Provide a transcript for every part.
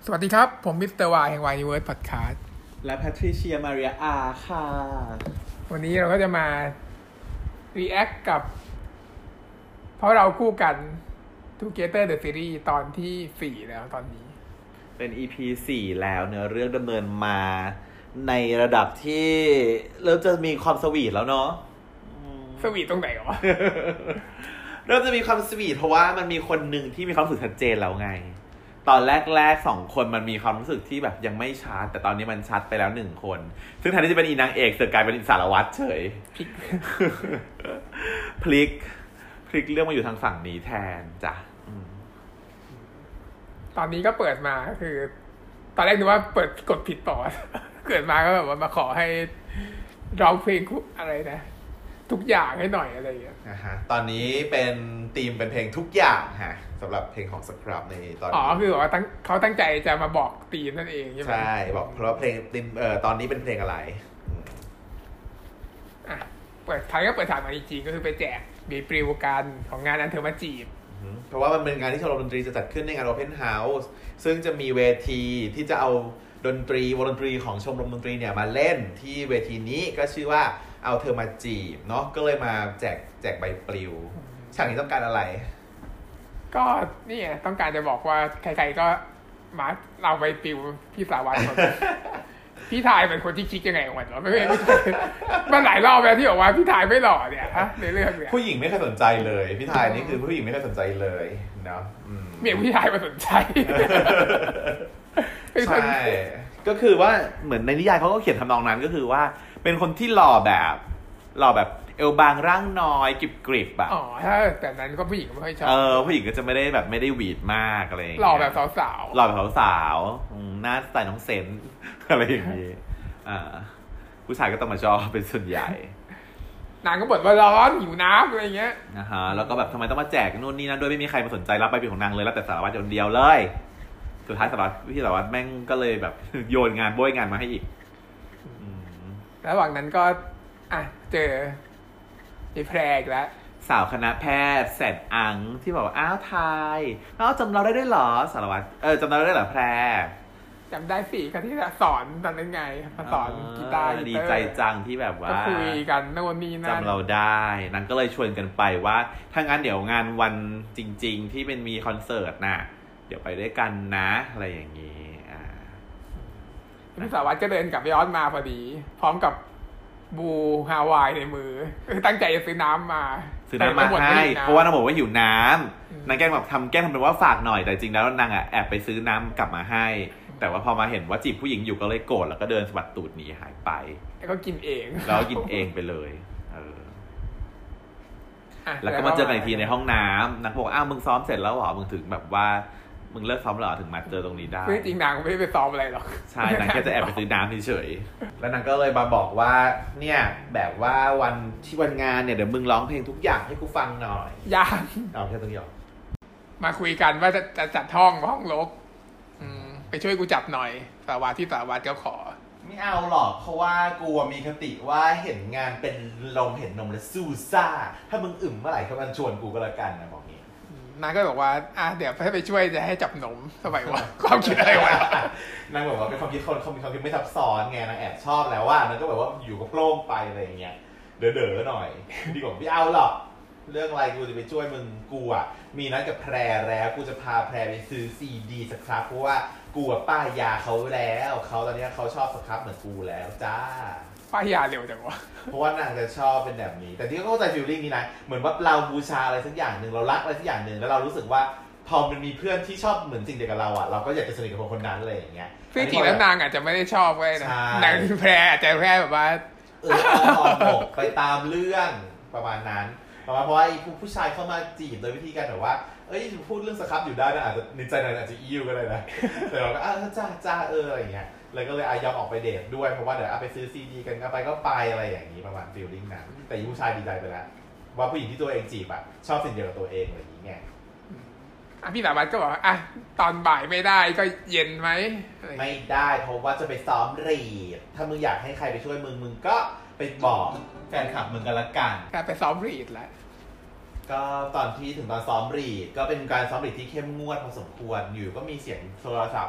สวัสดีครับผมมิสเตอร์วายแห่งวายนิเวิร์สพอดคาสต์และแพทริเชียมาเรียอาค่ะวันนี้เราก็จะมารีแอคกับเพราะเราคู่กัน Together the Series ตอนที่4แล้วตอนนี้เป็น EP 4แล้วเนื้อเรื่องดำเนินมาในระดับที่เริ่มจะมีความสวีทแล้วเนาะสวีทตรงไหนวะเริ่มจะมีความสวีทเพราะว่ามันมีคนหนึ่งที่มีความรู้สึกชัดเจนแล้วไงตอนแรกๆ2คนมันมีความรู้สึกที่แบบยังไม่ชัดแต่ตอนนี้มันชัดไปแล้ว1คนซึ่งแทนที่จะเป็นอีนางเอกเสือกกลายเป็นสารวัตรเฉยพลิกเรื่องมาอยู่ทางฝั่งนี้แทนจ้ะตอนนี้ก็เปิดมาคือตอนแรกนึกว่าเปิดกดผิดต่อ เกิดมาก็แบบว่ามาขอให้ร้องเพลงอะไรนะทุกอย่างให้หน่อยอะไรอย่างเงี้ยตอนนี้เป็นธีมเป็นเพลงทุกอย่างฮะสำหรับเพลงของสครับในตอนนี้คือว่าเขาตั้งใจจะมาบอกธีมนั่นเองใช่ไหมใช่บอกเพราะเพลงธีมตอนนี้เป็นเพลงอะไรเปิดท้ายก็เปิดฉากมาจริงๆก็คือไปแจกบีปริวกันของงานอันเธอมาจีบเพราะว่ามันเป็นงานที่ชมรมดนตรีจะจัดขึ้นในงาน Open House ซึ่งจะมีเวทีที่จะเอาดนตรีวงดนตรีของชมรมดนตรีเนี่ยมาเล่นที่เวทีนี้ก็ชื่อว่าเอาเธอมาจีบเนาะก็เลยมาแจกใบปลิวฉากนี้ต้องการอะไรก็นี่ไงต้องการจะบอกว่าใครๆก็มาเราใบปลิวพี่สาวัตรพี่ทายเป็นคนที่คิดยังไงของมันวะไม่มันหลายรอบแล้วที่บอกว่าพี่ทายไม่หล่อเนี่ยฮะในเรื่องเนี่ยผู้หญิงไม่เคยสนใจเลยพี่ทายนี่คือผู้หญิงไม่เคยสนใจเลยเนาะเมียพี่ทายมาสนใจใช่ก็คือว่าเหมือนในนิยายเขาก็เขียนทำนองนั้นก็คือว่าเป็นคนที่หล่อแบบเอวบางร่างน้อยกริบๆอ่ะถ้าแต่นั้นก็ผู้หญิงไม่ค่อยชอบผู้หญิงก็จะไม่ได้แบบไม่ได้หวีดมากอะไรอย่างเงี้ยหล่อแบบสาวหล่อแบบสาวหน้าสไตล์น้องเซนอะไรอย่างงี้ผู้ชายก็ต้องมาชอบเป็นส่วนใหญ่นางก็บ่นว่าร้อนหิวน้ำอะไรเงี้ยแล้วก็แบบทำไมต้องมาแจกนู่นนี่นั่นด้วยไม่มีใครมาสนใจรับใบปลิวของนางเลยรับแต่สารวัตรคนเดียวเลยสุดท้ายพี่สารวัตรแม่งก็เลยแบบโยนงานโบยงานมาให้อีกระหว่างนั้นก็เจอไอ้แพรกแล้วสาวคณะแพทย์แสนอังที่บอกว่าอ้าวทายจำเราได้ด้วยเหรอสารวัตรจำเราได้เหรอแพรจำได้สิก็ที่สอนตอนนั้นไงมาสอนกีตาร์ดีใจจังที่แบบว่าก็คุยกันโน่นนี่นั่นจำเราได้นางก็เลยชวนกันไปว่าถ้างั้นเดี๋ยวงานวันจริงๆที่เป็นมีคอนเสิร์ตน่ะเดี๋ยวไปด้วยกันนะอะไรอย่างนี้พี่สารวัตรก็เดินกลับย้อนมาพอดีพร้อมกับบูฮาวายในมือตั้งใจจะซื้อน้ำมาให้เพราะว่านางบอกว่าหิวน้ำนางแกล้งแบบทำเป็นว่าฝากหน่อยแต่จริงแล้วนางแอบไปซื้อน้ำกลับมาให้แต่ว่าพอมาเห็นว่าจีบผู้หญิงอยู่ก็เลยโกรธแล้วก็เดินสะบัดตูดหนีหายไปแล้วก็กินเองไปเลยแล้วก็มาเจอกันอีกทีในห้องน้ำนางบอกมึงซ้อมเสร็จแล้วเหรอมึงถึงแบบว่ามึงเลิกซ้อมแล้วถึงมาเจอตรงนี้ได้จริงนางไม่ได้ไปซ้อมอะไรหรอกใช่นางแค่จะแอบไปซื้อน้ำเฉยแล้วนางก็เลยมาบอกว่าเนี่ยแบบว่าวันงานเนี่ยเดี๋ยวมึงร้องเพลงทุกอย่างให้กูฟังหน่อยยังเอาแค่ตรงนี้หรอมาคุยกันว่าจะจัดห้องรกไปช่วยกูจับหน่อยสารวัตรก็ขอไม่เอาหรอกเพราะว่ากูมีคติว่าเห็นงานเป็นลมเห็นนมแล้วสู้ซ่าถ้ามึงอึมเมื่อไหร่ก็มันชวนกูก็แล้วกันนะบอกงี้นางก็บอกว่าเดี๋ยวให้ไปช่วยจะให้จับนมสมัยวะความคิดอะไรวะนางบอกว่าเป็นความคิดคนเขามีความคิดไม่ซับซ้อนไงนางแอบชอบแล้วว่านางก็แบบว่าอยู่กับโปร่งไปอะไรอย่างเงี้ยเด๋อหน่อยดีกว่าไม่เอาหรอกเรื่องอะไรกูจะไปช่วยมึงกูมีนัดกับแพรแล้วกูจะพาแพรไปซื้อซีดีสครับเพราะว่ากูป้ายยาเขาแล้วเขาตอนนี้เขาชอบสครับเหมือนกูแล้วจ้าป้ายยาเร็วจังวะเพราะว่านางจะชอบเป็นแบบนี้แต่ที่เขาเข้าใจฟีลลิ่งนี้นะเหมือนว่าเราบูชาอะไรสักอย่างนึงเรารักอะไรสักอย่างนึงแล้วเรารู้สึกว่าพอมันมีเพื่อนที่ชอบเหมือนสิ่งเดียวกับเราเราก็อยากจะสนิทกับคนนั้นอะไรอย่างเงี้ยซึ่งจริงแล้วนางอาจจะไม่ได้ชอบไว้นะนางแพรอาจจะแค่แบบว่าหมกไปตามเรื่องประมาณนั้นเพราะว่าไอ้ผู้ชายเข้ามาจีบโดยวิธีการแบบว่าพูดเรื่องสครับอยู่ได้นะอาจจะในใจนั้นอาจจะอิ่วก็ได้นะแต่เราก็จ้าอะไรอย่างเงี้ยเลยก็เลยยอมออกไปเดทด้วยเพราะว่าเดี๋ยวไปซื้อซีดีกันก็ไปอะไรอย่างนี้ประมาณฟีลลิ่งนั้นแต่ผู้ชายดีใจไปแล้วว่าผู้หญิงที่ตัวเองจีบชอบสิ่งเดียวกับตัวเองอะไรอย่างเงี้ยพี่สาวัตรก็บอกตอนบ่ายไม่ได้ก็เย็นไหมไม่ได้เพราะว่าจะไปซ้อมรีดถ้ามึงอยากให้ใครไปช่วยมึงก็ไปบอกแฟนคลับมึงกันละกันไปซ้อมรีดแล้วก็ตอนที่ถึงตอนซ้อมรีดก็เป็นการซ้อมรีดที่เข้มงวดพอสมควรอยู่ก็มีเสียงโทรศัพท์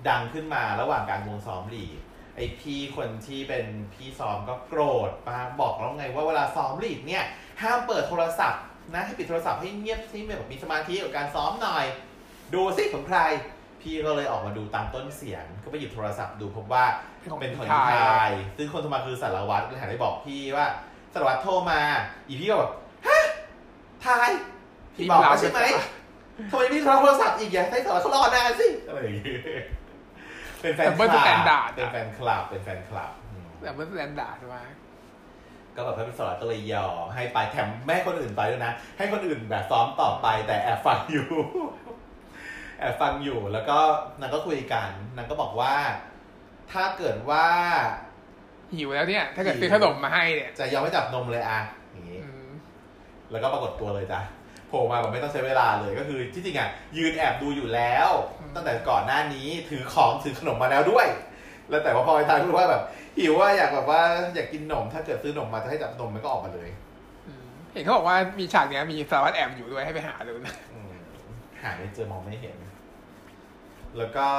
ดังขึ้นมาระหว่างการวงซ้อมหลีดไอพี่คนที่เป็นพี่ซ้อมก็โกรธมาบอกแล้วไงว่าเวลาซ้อมหลีดเนี่ยห้ามเปิดโทรศัพท์นะให้ปิดโทรศัพท์ให้เงียบให้แบบมีสมาธิกับการซ้อมหน่อยดูสิของใครพี่ก็เลยออกมาดูตามต้นเสียงก็ไปหยิบโทรศัพท์ดูพบว่าเป็นของพี่ทายซึ่งคนโทรมาคือสารวัตรเลยหันไปบอกพี่ว่าสารวัตรโทรมาอีพี่ก็แบบฮะทายพี่บอกใช่ไหมทำไมพี่โทรศัพท์อีกอย่าให้สารวัตรเขารอนานสิอะไรอย่างงี้เป็นแฟนคลับเป็นแฟนคลับแต่เมื่อแซนดาร์ดใช่ไหมก็แบบเป็นสารวัตรก็เลยยอมให้ไปแถมแม่คนอื่นไปด้วยนะให้คนอื่นแบบซ้อมต่อไปแต่แอบฟังอยู่แล้วก็นางก็คุยกันนางก็บอกว่าถ้าเกิดว่าหิวแล้วเนี่ยถ้าเกิดซื้อขนมมาให้เนี่ยจะยอมไม่จับนมเลยอ่ะอย่างนี้แล้วก็ปรากฏตัวเลยจ้ะโผล่มาแบบไม่ต้องใช้เวลาเลยก็คือที่จริงอ่ะยืนแอบดูอยู่แล้วตั้งแต่ก่อนหน้านี้ถือขนมมาแล้วด้วยแล้วแต่ว่าพอไอ้ทายพูดว่าแบบหิวว่าอยากแบบว่าอยากกินนมถ้าเกิดซื้อนมมาจะให้จับนมมันก็ออกมาเลยเห็นเขาบอกว่ามีฉากเนี้ยมีสารวัตรแอบอยู่ด้วยให้ไปหาดูนะหาไม่เจอมองไม่เห็นแล้วก็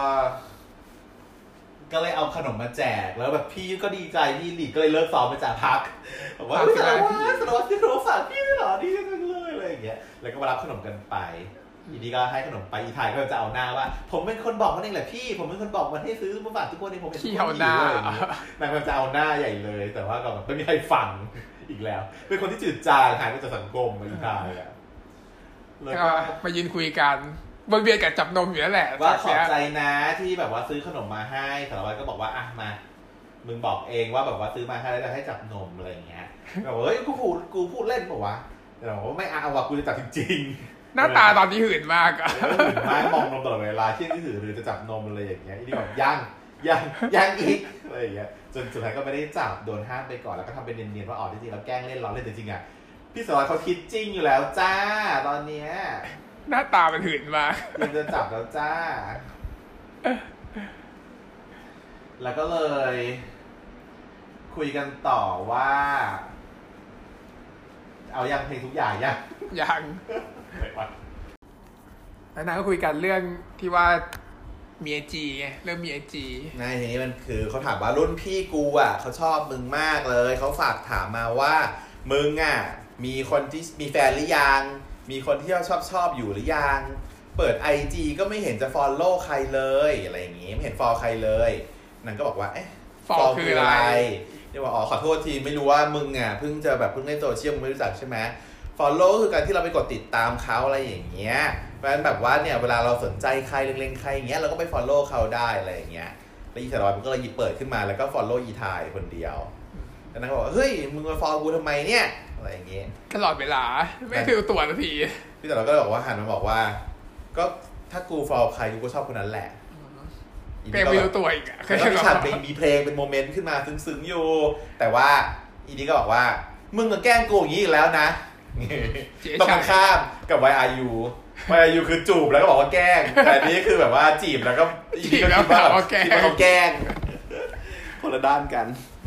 เลยเอาขนมมาแจกแล้วแบบพี่ก็ดีใจพี่หลีดก็เลยเลิกซ้อมไปจากพักบอกว่าสารวัตรที่โทรฝากพี่ได้หรอดีจังเลยอะไรอย่างเงี้ยแล้วก็มารับขนมกันไปอีนี้ก็ให้ขนมไปอีไทยก็จะเอาหน้าว่าผมเป็นคนบอกมันเองแหละพี่ผมเป็นคนบอกมันให้ซื้อมาฝากทุกคนเองผมเป็นคนเอาหน้านางก็จะเอาหน้าใหญ่เลยแต่ว่าก็แบบไม่มีใครฟังอีกแล้วเป็นคนที่จืดจางหายไปจากสังคมอีไทยอ่ะแล้วก็มายืนคุยกันบนเบียร์กับจับนมอยู่นั่นแหละว่าขอบใจนะที่แบบว่าซื้อขนมมาให้สารวัตรก็บอกว่าอ่ะมามึงบอกเองว่าแบบว่าซื้อมาให้แล้วจะให้จับนมอะไรอย่างเงี้ยแบบเฮ้ยกูพูดเล่นป่ะวะแต่บอกว่าไม่เอาว่ะกูจะจับจริงๆหน้าตาตอนนี้หื่นมากอะหื่นมากมองนมตลอดเวลาที่หื่นหรือจะจับนมอะไรอย่างเงี้ยนี่แบบย่างอีกอะไรอย่างเงี้ยจนสุดท้ายก็ไม่ได้จับโดนห้ามไปก่อนแล้วก็ทำเป็นเนียนๆว่าอ๋อจริงๆแล้วแกล้งเล่นล้อเล่นแต่จริงอ่ะพี่สารวัตรเขาคิดจริงอยู่แล้วจ้าตอนเนี้ยหน้าตามันหื่นมากจะจับแล้วจ้าแล้วก็เลยคุยกันต่อว่าเอายังเพลงทุกอย่างยังแล้วนางก็คุยกันเรื่องที่ว่ามีไอจีไงเรื่องมีไอจีในทีนี้มันคือเขาถามว่ารุ่นพี่กูอ่ะเขาชอบมึงมากเลยเขาฝากถามมาว่ามึงอ่ะมีคนที่มีแฟนหรือยังมีคนที่ชอบอยู่หรือยังเปิด IG ก็ไม่เห็นจะ follow ใครเลยอะไรอย่างงี้ไม่เห็น follow ใครเลยนางก็บอกว่าเอ๊ะ follow คืออะไรเรียกว่าอ๋อขอโทษทีไม่รู้ว่ามึงอ่ะเพิ่งเล่นโซเชียลมึงไม่รู้จักใช่ไหม follow คือการที่เราไปกดติดตามเขาอะไรอย่างเงี้ยเพราะฉะนั้นแบบว่าเนี่ยเวลาเราสนใจใครเล็งๆใครอย่างเงี้ยเราก็ไป follow เขาได้อะไรอย่างเงี้ยแล้วอีสารวัตรมันก็เลยหยิบเปิดขึ้นมาแล้วก็ follow อีทายคนเดียวแล้วนางก็บอกเฮ้ยมึงมา follow กูทำไมเนี่ยอะไรอย่างเงี้ยตลอดเวลาไม่คือตัวนาทีพี่แต่เราก็เลยบอกว่าหันมาบอกว่าก็ถ้ากู follow ใครกูก็ชอบคนนั้นแหละเพลงไม่รู้ตัวอีกอ่ะก็มีฉากมีเพลงเป็นโมเมนต์ขึ้นมาซึ้งๆอยู่แต่ว่าอีนี้ก็บอกว่ามึงก็แกล้งกูอย่างนี้อีกแล้วนะต้องข้ามกับ YRU คือจูบแล้วก็บอกว่าแกล้งแต่นี้คือแบบว่าจีบแล้วก็อีนี้ก็คิดว่าเขาแกล้งคนละด้านกัน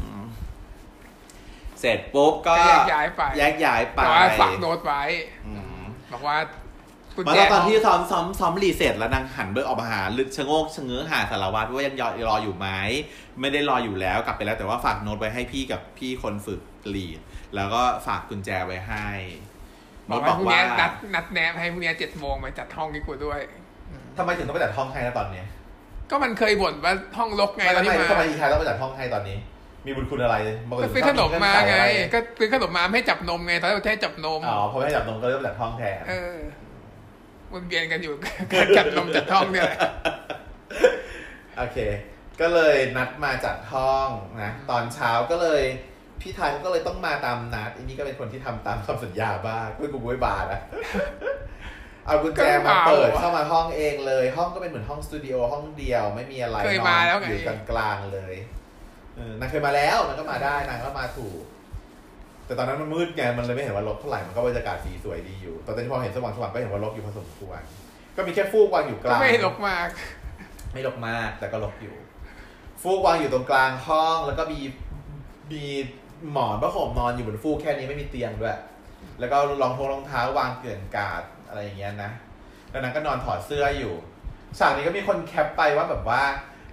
เสร็จปุ๊บก็แยกย้ายไปแต่ว่าฝากโน้ตไว้บอกว่าตอนที่ซ้อมรีเซ็ตแล้วนางหันเบิกออกมาหาลึกชะโงกชะเง้อหาสารวัตรว่ายังรออยู่ไหมไม่ได้รออยู่แล้วกลับไปแล้วแต่ว่าฝากโน้ตไว้ให้พี่กับพี่คนฝึกรีดแล้วก็ฝากกุญแจไว้ให้บอกว่านัดแนบให้พรุ่งนี้ 7:00 นไปจัดห้องให้กูด้วยทำไมถึงต้องไปจัดห้องให้นะตอนนี้ก็มันเคยบ่นว่าห้องรกไงตอนที่มาทำไมอีไทยต้องไปจัดห้องให้ตอนนี้มีบุญคุณอะไรก็ซื้อขนมมาไงก็ซื้อขนมมาให้จับนมไงตอนแรกให้จับนมพอไม่ให้จับนมก็เลยไปจัดห้องแทนวนเวียนกันอยู่จัดนมจัดห้องเนี่ยโอเคก็เลยนัดมาจัดห้องนะตอนเช้าก็เลยพี่ไทยก็เลยต้องมาตามนัดอันนี้ก็เป็นคนที่ทำตามคำสัญญาบ้างกูไม่บานะเอากุญแจมาเปิดเข้ามาห้องเองเลยห้องก็เป็นเหมือนห้องสตูดิโอห้องเดียวไม่มีอะไรนอนอยู่กลางๆเลยนางเคยมาแล้วนางก็มาได้นางก็มาถูกแต่ตอนนั้นมันมืดไงมันเลยไม่เห็นว่ารกเท่าไหร่มันก็บรรยากาศสีสวยดีอยู่ตอนที่พอเห็นสว่างๆก็เห็นว่ารกอยู่พอสมควรก็มีแค่ฟูกวางอยู่กลางไม่รกมากแต่ก็รกอยู่ฟูกวางอยู่ตรงกลางห้องแล้วก็มีหมอนผ้าห่มนอนอยู่บนฟูกแค่นี้ไม่มีเตียงด้วยแล้วก็รองเท้าวางเกลื่อนกาดอะไรอย่างเงี้ยนะแล้วนางก็นอนถอดเสื้ออยู่ฉากนี้ก็มีคนแคปไปว่าแบบว่า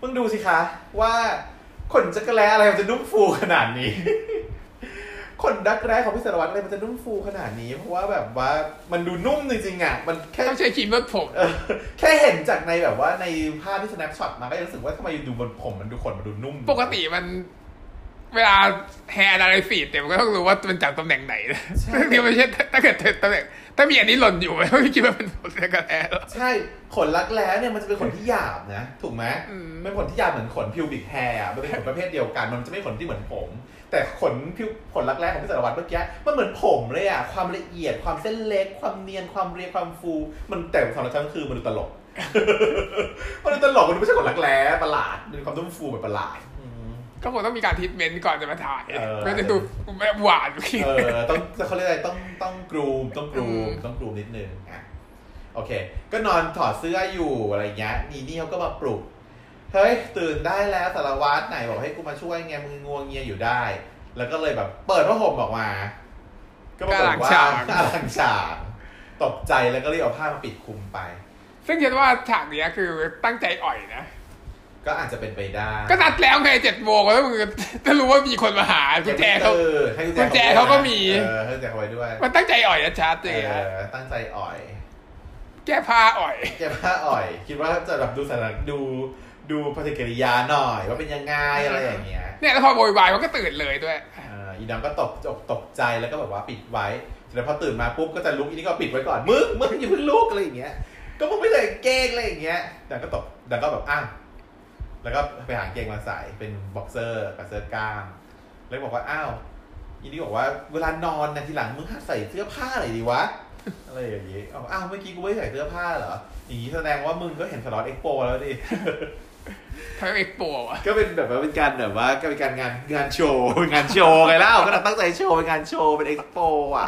มึงดูสิคะว่าขนจักรแร้อะไรมันจะนุ่มฟูขนาดนี้ ขนจักรแร้ของพี่สารวัตรอะไรมันจะนุ่มฟูขนาดนี้เพราะว่าแบบว่ามันดูนุ่มจริงๆอ่ะมันแค่ต้องใช้ครีมนวดผมแค่เห็นจากในแบบว่าในภาพที่ snapshot มาก็รู้สึกว่าทำไมดูบนผมมันดูขนมันดูนุ่มปกติมันเวลาแฮร์อะไรฟีดเนี่ยมันก็ต้องรู้ว่ามันจากตำแหน่งไหนนะซึ่งไม่ใช่ถ้าเกิดตำแหน่งถ้ามีอันนี้หล่นอยู่มันไม่คิดว่าเป็นขนจักรแร้หรอกใช่ขนรักแร้เนี่ยมันจะเป็นขนที่หยาบนะถูกไหมเป็นขนที่หยาบเหมือนขนพิวบิกแฮร์มันเป็นขนประเภทเดียวกันมันจะไม่ขนที่เหมือนผมแต่ขนรักแร้ของพี่สารวัตรเมื่อกี้มันเหมือนผมเลยอ่ะความละเอียดความเส้นเล็กความเนียนความเรียบความฟูมันแต่สำหรับฉันคือมันดูตลกมันดูตลกมันไม่ใช่ขนรักแร้ประหลาดมันมีความนุ่มฟูแบบประหลาดก็คงต้องมีการทรีทเมนต์ก่อนจะมาถ่ายไม่ได้ดูแบบหวานต้องเขาเรียกอะไรต้องกรูมนิดนึงอ่ะโอเคก็นอนถอดเสื้ออยู่อะไรเงี้ยนี่เขาก็มาปลุกเฮ้ยตื่นได้แล้วสารวัตรไหนบอกให้กูมาช่วยไงมึงงัวเงียอยู่ได้แล้วก็เลยแบบเปิดผ้าห่มออกมาก็ปรากฏว่าอลังฉากตกใจแล้วก็รีบเอาผ้ามาปิดคลุมไปซึ่งคิดว่าฉากนี้คือตั้งใจอ่อยนะก็อาจจะเป็นไปได้ก็นัดแล้วไง7 โมงแล้วมึงจะรู้ว่ามีคนมาหากุญแจเขาก็มีให้กุญแจเขาไว้ด้วยมันตั้งใจอ่อยชัดเลยตั้งใจอ่อยแก้ผ้าอ่อยคิดว่าจะแบบดูสถานดูปฏิกิริยาหน่อยว่าเป็นยังไงอะไรอย่างเงี้ยเนี่ยแล้วพอโวยวายมันก็ตื่นเลยด้วยอีดำก็ตกใจแล้วก็แบบว่าปิดไว้แล้วพอตื่นมาปุ๊บก็จะลุกอีนี่ก็ปิดไว้ก่อนมึงอย่าเพิ่งลุกอะไรอย่างเงี้ยก็มึงไม่ใส่เกงอะไรอย่างเงี้ยดังก็แบบอ้างแล้วก็ไปหาเกงมาใส่เป็นบ็อกเซอร์กับเสื้อกล้ามแล้วบอกว่าอ้าวอีนี่บอกว่าเวลานอนนะทีหลังมึงหัดใส่เสื้อผ้าหน่อยดีวะอะไรอย่างงี้อ้าวเมื่อกี้กูไม่ใส่เสื้อผ้าเหรออย่างนี้แสดงว่ามึงก็เห็นสล็อตเอ็กโปแล้วดิทำเอ็กโปอ่ะก็เป็นแบบว่าเป็นการแบบว่าก็เป็นการงานโชว์ไงแล้วก็ตั้งใจโชว์เป็นงานโชว์เป็นเอ็กโปอ่ะ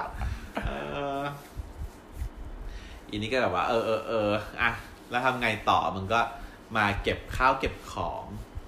อีนี่ก็แบบว่าอ่ะแล้วทำไงต่อมึงก็มาเก็บข้าวเก็บของ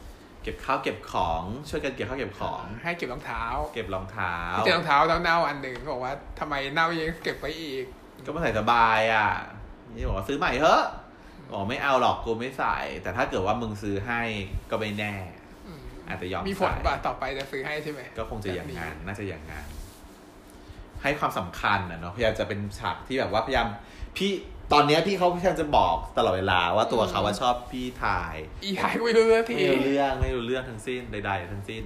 ช่วยกันเก็บข้าวเก็บของให้เก็บรองเท้าเจอรองเท้าเน่าอันหนึ่งบอกว่าทำไมเน่ายังเก็บไว้อีกก็ไม่ใส่สบายอ่ะนี่บอกว่าซื้อใหม่เถอะบอกไม่เอาหรอกกูไม่ใส่แต่ถ้าเกิดว่ามึงซื้อให้ก็ไม่แน่อาจจะยอมมีผลป่ะต่อไปจะซื้อให้ใช่ไหมก็คงจะอย่างนั้นน่าจะอย่างนั้นให้ความสำคัญนะเนาะพยายามจะเป็นฉากที่แบบว่าพยายามพี่ตอนนี้พี่เขาพยายามจะบอกตลอดเวลาว่าตัวเขาว่าชอบพี่ทายไม่รู้เรื่องไม่รู้เรื่องทั้งสิ้นใดๆทั้งสิ้น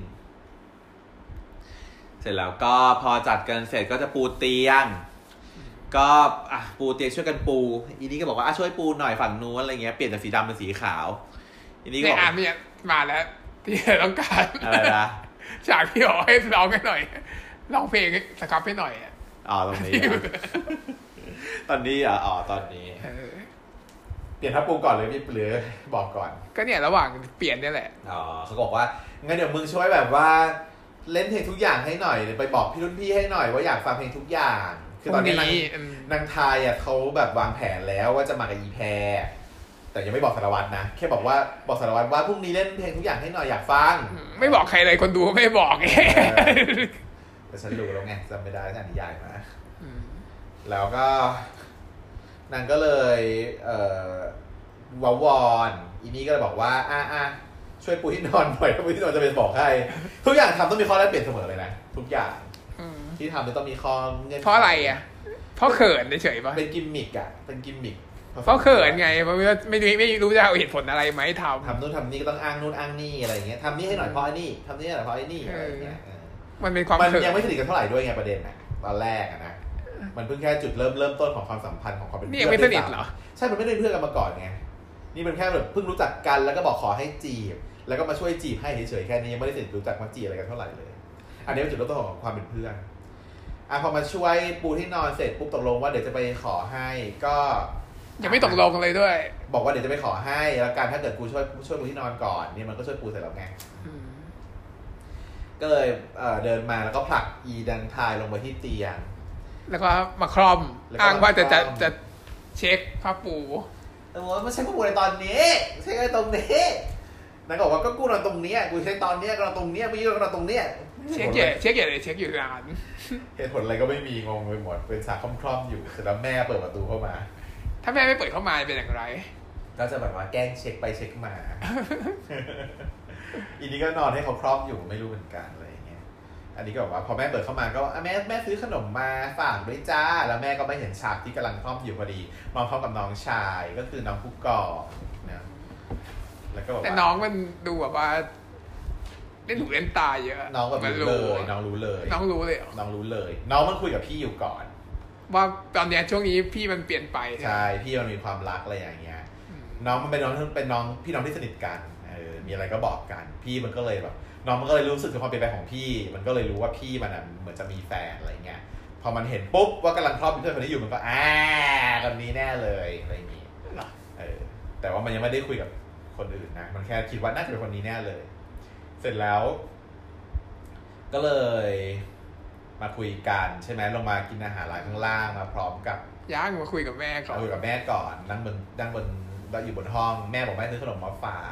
เสร็จแล้วก็พอจัดกันเสร็จก็จะปูเตียงก็ปูเตียงช่วยกันปูอีนี้ก็บอกว่าช่วยปูหน่อยฝั่งนู้นอะไรเงี้ยเปลี่ยนจากสีดำเป็นสีขาวอีนี้ก็บอกเนี่ยมาแล้วที่ต้องการอะไรนะฉากที่บอกให้ร้องให้หน่อยร้องเพลงสครับให้หน่อยตรงนี้ตอนนี้ตอนนี้เปลี่ยนทับปูก่อนเลยพี่หรือบอกก่อนก็เนี่ยระหว่างเปลี่ยนนี่แหละเขาบอกว่างั้นเดี๋ยวมึงช่วยแบบว่าเล่นเพลงทุกอย่างให้หน่อยไปบอกพี่รุ่นพี่ให้หน่อยว่าอยากฟังเพลงทุกอย่างคือตอนนี้นางทายเขาแบบวางแผนแล้วว่าจะมากับอีแพรแต่ยังไม่บอกสารวัตรนะแค่บอกสารวัตรว่าพรุ่งนี้เล่นเพลงทุกอย่างให้หน่อยอยากฟังไม่บอกใครเลยคนดูไม่บอกไงแต่ฉันรู้แล้วไงจำไม่ได้ฉันนิยายมาแล้วก็นางก็เลยวอนอีนี่ก็เลยบอกว่าช่วยปูที่นอนหน่อยถ้าปูที่นอนจะเป็นบอกให้ทุกอย่างทำต้องมีข้อแลกเปลี่ยนเสมอเลยนะทุกอย่างที่ทำจะต้องมีข้อเงื่อนไขเพราะอะไรเพราะเขินเฉยๆป่ะเป็นกิมมิกเป็นกิมมิกเพราะเขินไงเพราะไม่รู้จะเอาเหตุผลอะไรไหมทำนู่นทำนี่ก็ต้องอ้างนู่นอ้างนี่อะไรอย่างเงี้ยทำนี่ให้หน่อยเพราะไอ้นี่ทำนี่ให้หน่อยเพราะไอ้นี่อะไรอย่างเงี้ยมันเป็นความมันยังไม่สนิทกันเท่าไหร่ด้วยไงประเด็นน่ะตอนแรกนะมันเพิ่งแค่จุดเริ่มต้นของความสัมพันธ์ของความเป็นเพื่อนนี่ไม่สนิทเหรอใช่มันไม่ได้เพื่อนกันมาก่อนไงนี่มันแค่แบบเพิ่งรู้จักกันแล้วก็บอกขอให้จีบแล้วก็มาช่วยจีบให้เฉยๆแค่นี้ยังไม่ได้สนิทรู้จักมาจีบอะไรกันเท่าไหร่เลยอันนี้เป็นจุดเริ่มต้นของความเป็นเพื่อนพอมาช่วยปูที่นอนเสร็จปุ๊บตกลงว่าเดี๋ยวจะไปขอให้ก็ยังไม่ตกลงกันเลยด้วยบอกว่าเดี๋ยวจะไปขอให้แล้วกันถ้าเกิดกูช่วยปูที่นอนก่อนนี่มันก็ช่วยปูเสร็จแล้วไงก็เลยเดินมาแล้วก็ผลักอีดันทายลงไปที่เตียงแล้วก็มาคล่อมอ้างว่าจะเช็คผ้าปูแต่ว่าไม่ใช่ผ้าปูในตอนนี้ใช่แค่ตรงนี้นางบอกว่าก็กูนอนตรงนี้กูใช้ตอนนี้ก็นอนตรงนี้ไม่ยืนก็นอนตรงนี้เช็คอยู่นานเหตุผลอะไรก็ไม่มีงงไปหมดเป็นฉากคล่อมๆอยู่เสร็จแล้วแม่เปิดประตูเข้ามาถ้าแม่ไม่เปิดเข้ามาเป็นอย่างไรก็จะแบบว่าแกล้งเช็คไปเช็คมา อีนี้ก็นอนให้เขาครอบอยู่ไม่รู้เหมือนกันอะไรอย่างเงี้ยอันนี้ก็แบบว่าพอแม่เปิดเข้ามาก็แม่ซื้อขนมมาฝากด้วยจ้าแล้วแม่ก็ไม่เห็นฉากที่กำลังครอบอยู่พอดีนอนพร้อมกับน้องชายก็คือน้องผู้ก่อนะแล้วก็แต่น้องมันดูแบบว่าเล่นหูเล่นตาเยอะน้องแบบรู้เลยน้องรู้เลยน้องรู้เลยน้องมันคุยกับพี่อยู่ก่อนว่าตอนเนี้ยช่วงนี้พี่มันเปลี่ยนไปใช่พี่มันมีความรักอะไรอย่างเงี้ยน้องมันเป็นน้องพี่น้องที่สนิทกันมีอะไรก็บอกกันพี่มันก็เลยแบบน้องมันก็เลยรู้สึกถึงความเปลี่ยนแปลงของพี่มันก็เลยรู้ว่าพี่มันเหมือนจะมีแฟนอะไรเงี้ยพอมันเห็นปุ๊บว่ากำลังครอบเพื่อนคนนี้อยู่มันก็คนนี้แน่เลยอะไรอย่างงี้แต่ว่ามันยังไม่ได้คุยกับคนอื่นนะมันแค่คิดว่าน่าจะเป็นคนนี้แน่เลยเสร็จแล้วก็เลยมาคุยกันใช่ไหมลงมากินอาหารร้านข้างล่างมาพร้อมกับมาคุยกับแม่ก่อนนั่งบนเราอยู่บนห้องแม่บอกแม่ซื้อขนมมาฝาก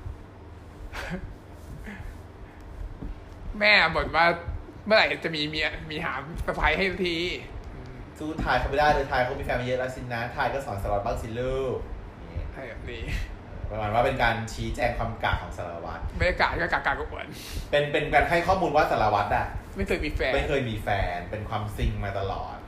แม่บ่นว่าเมื่อไหร่จะมีเมียมีหาสะใภ้ให้ทีสู้ทายเขาไม่ได้เลยทายเขามีแฟนมาเยอะแล้วสินะทายก็สอนสารวัตรบ้างสิลูกนี่ประมาณว่าเป็นการชี้แจงความกากของสารวัตรบรรยากาศก็กากๆกวนเป็นการให้ข้อมูลว่าสารวัตรไม่เคยมีแฟนเป็นความซิงมาตลอด